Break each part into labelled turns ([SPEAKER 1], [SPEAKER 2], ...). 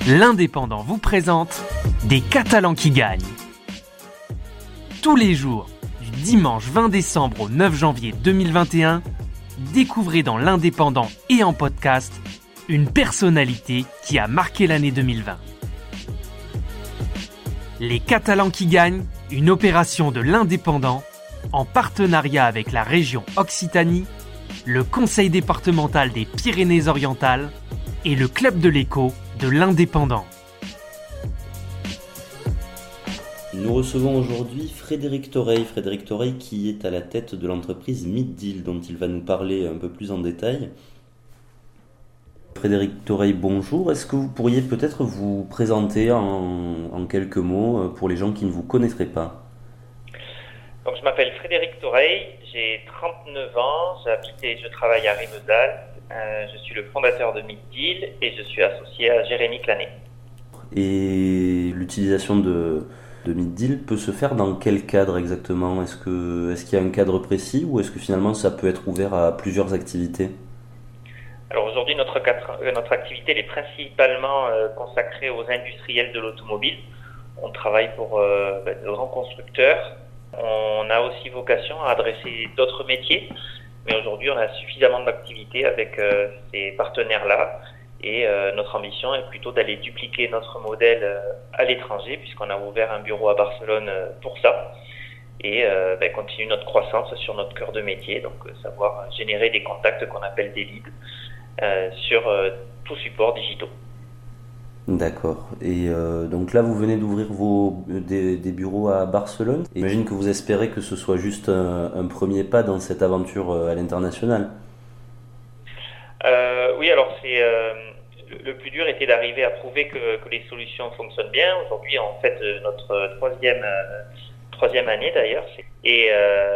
[SPEAKER 1] L'Indépendant vous présente Des Catalans qui gagnent. Tous les jours, du dimanche 20 décembre au 9 janvier 2021, découvrez dans l'Indépendant et en podcast une personnalité qui a marqué l'année 2020. Les Catalans qui gagnent, une opération de l'Indépendant en partenariat avec la région Occitanie, le Conseil départemental des Pyrénées-Orientales et le Club de l'Écho de l'Indépendant.
[SPEAKER 2] Nous recevons aujourd'hui Frédéric Toreille. Frédéric Toreille qui est à la tête de l'entreprise Mid-Deal dont il va nous parler un peu plus en détail. Frédéric Toreille, bonjour. Est-ce que vous pourriez peut-être vous présenter en quelques mots pour les gens qui ne vous connaîtraient pas?
[SPEAKER 3] Donc, je m'appelle Frédéric Toreille, j'ai 39 ans, j'habite et je travaille à Rivesaltes. Je suis le fondateur de Mid-Deal et je suis associé à Jérémy Clanet.
[SPEAKER 2] Et l'utilisation de Mid-Deal peut se faire dans quel cadre exactement? Est-ce qu'il y a un cadre précis ou est-ce que finalement ça peut être ouvert à plusieurs activités?
[SPEAKER 3] Alors aujourd'hui, notre activité elle est principalement consacrée aux industriels de l'automobile. On travaille pour de grands constructeurs. On a aussi vocation à adresser d'autres métiers. Mais aujourd'hui, on a suffisamment d'activités avec ces partenaires-là et notre ambition est plutôt d'aller dupliquer notre modèle à l'étranger puisqu'on a ouvert un bureau à Barcelone pour ça et continuer notre croissance sur notre cœur de métier, donc savoir générer des contacts qu'on appelle des leads sur tout support digitaux.
[SPEAKER 2] D'accord. Et donc là, vous venez d'ouvrir des bureaux à Barcelone. J'imagine que vous espérez que ce soit juste un premier pas dans cette aventure à l'international.
[SPEAKER 3] Oui, alors le plus dur était d'arriver à prouver que les solutions fonctionnent bien. Aujourd'hui, en fait, notre troisième année d'ailleurs, et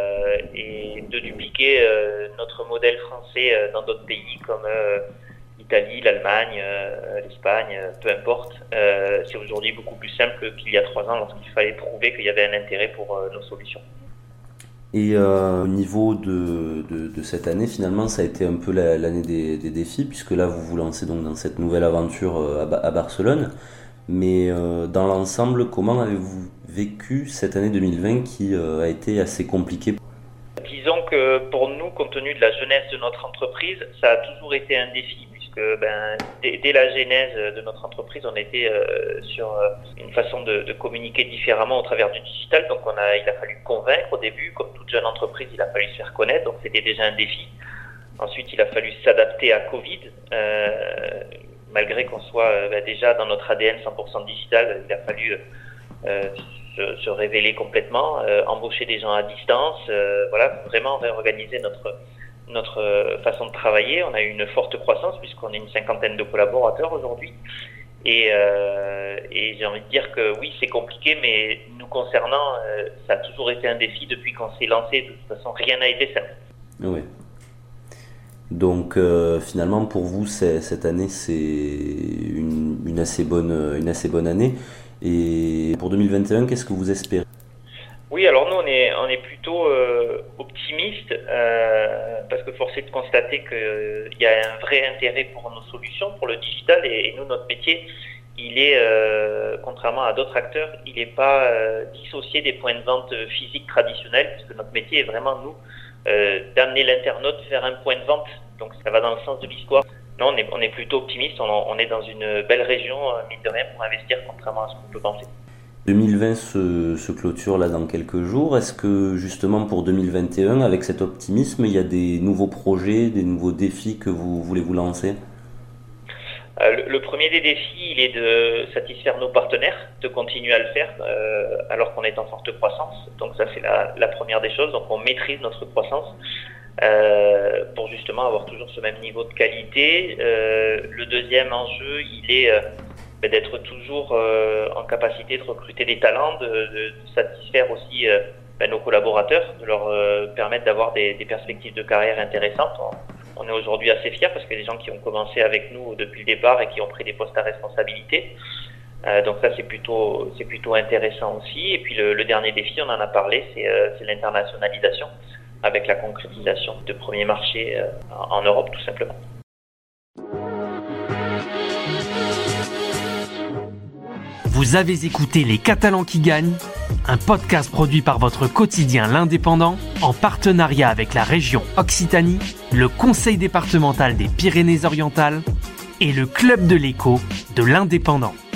[SPEAKER 3] de dupliquer notre modèle français dans d'autres pays comme l'Italie, l'Allemagne, l'Espagne, peu importe. C'est aujourd'hui beaucoup plus simple qu'il y a 3 ans lorsqu'il fallait prouver qu'il y avait un intérêt pour nos solutions.
[SPEAKER 2] Et au niveau de cette année, finalement, ça a été un peu l'année des défis, puisque là, vous vous lancez donc dans cette nouvelle aventure à Barcelone. Mais dans l'ensemble, comment avez-vous vécu cette année 2020 qui a été assez compliquée?
[SPEAKER 3] Disons que pour nous, compte tenu de la jeunesse de notre entreprise, ça a toujours été un défi. Dès la genèse de notre entreprise, on était sur une façon de communiquer différemment au travers du digital. Donc il a fallu convaincre au début, comme toute jeune entreprise, il a fallu se faire connaître. Donc c'était déjà un défi. Ensuite, il a fallu s'adapter à Covid. Malgré qu'on soit déjà dans notre ADN 100% digital, il a fallu se révéler complètement, embaucher des gens à distance, vraiment réorganiser notre façon de travailler. On a eu une forte croissance puisqu'on est une 50aine de collaborateurs aujourd'hui et j'ai envie de dire que oui, c'est compliqué, mais nous concernant, ça a toujours été un défi depuis qu'on s'est lancé. De toute façon, rien n'a été simple.
[SPEAKER 2] Oui. Donc finalement pour vous cette année c'est une assez bonne année. Et pour 2021, qu'est-ce que vous espérez?
[SPEAKER 3] Oui, alors nous on est plutôt optimiste parce que force est de constater qu'il y a un vrai intérêt pour nos solutions, pour le digital, et nous notre métier il est contrairement à d'autres acteurs, il n'est pas dissocié des points de vente physiques traditionnels, puisque notre métier est vraiment nous d'amener l'internaute vers un point de vente. Donc ça va dans le sens de l'histoire. Non, on est plutôt optimiste, on est dans une belle région, mine de rien, pour investir, contrairement à ce qu'on peut penser.
[SPEAKER 2] 2020 se clôture là dans quelques jours. Est-ce que justement pour 2021, avec cet optimisme, il y a des nouveaux projets, des nouveaux défis que vous voulez vous lancer?
[SPEAKER 3] Le premier des défis, il est de satisfaire nos partenaires, de continuer à le faire alors qu'on est en forte croissance. Donc ça, c'est la première des choses. Donc on maîtrise notre croissance pour justement avoir toujours ce même niveau de qualité. Le deuxième enjeu, il est d'être toujours en capacité de recruter des talents, de satisfaire aussi nos collaborateurs, de leur permettre d'avoir des perspectives de carrière intéressantes. On est aujourd'hui assez fiers parce qu'il y a des gens qui ont commencé avec nous depuis le départ et qui ont pris des postes à responsabilité. Donc ça c'est plutôt intéressant aussi. Et puis le dernier défi, on en a parlé, c'est l'internationalisation avec la concrétisation de premiers marchés en Europe tout simplement.
[SPEAKER 1] Vous avez écouté Les Catalans qui gagnent, un podcast produit par votre quotidien L'Indépendant, en partenariat avec la région Occitanie, le Conseil départemental des Pyrénées-Orientales et le Club de l'Écho de L'Indépendant.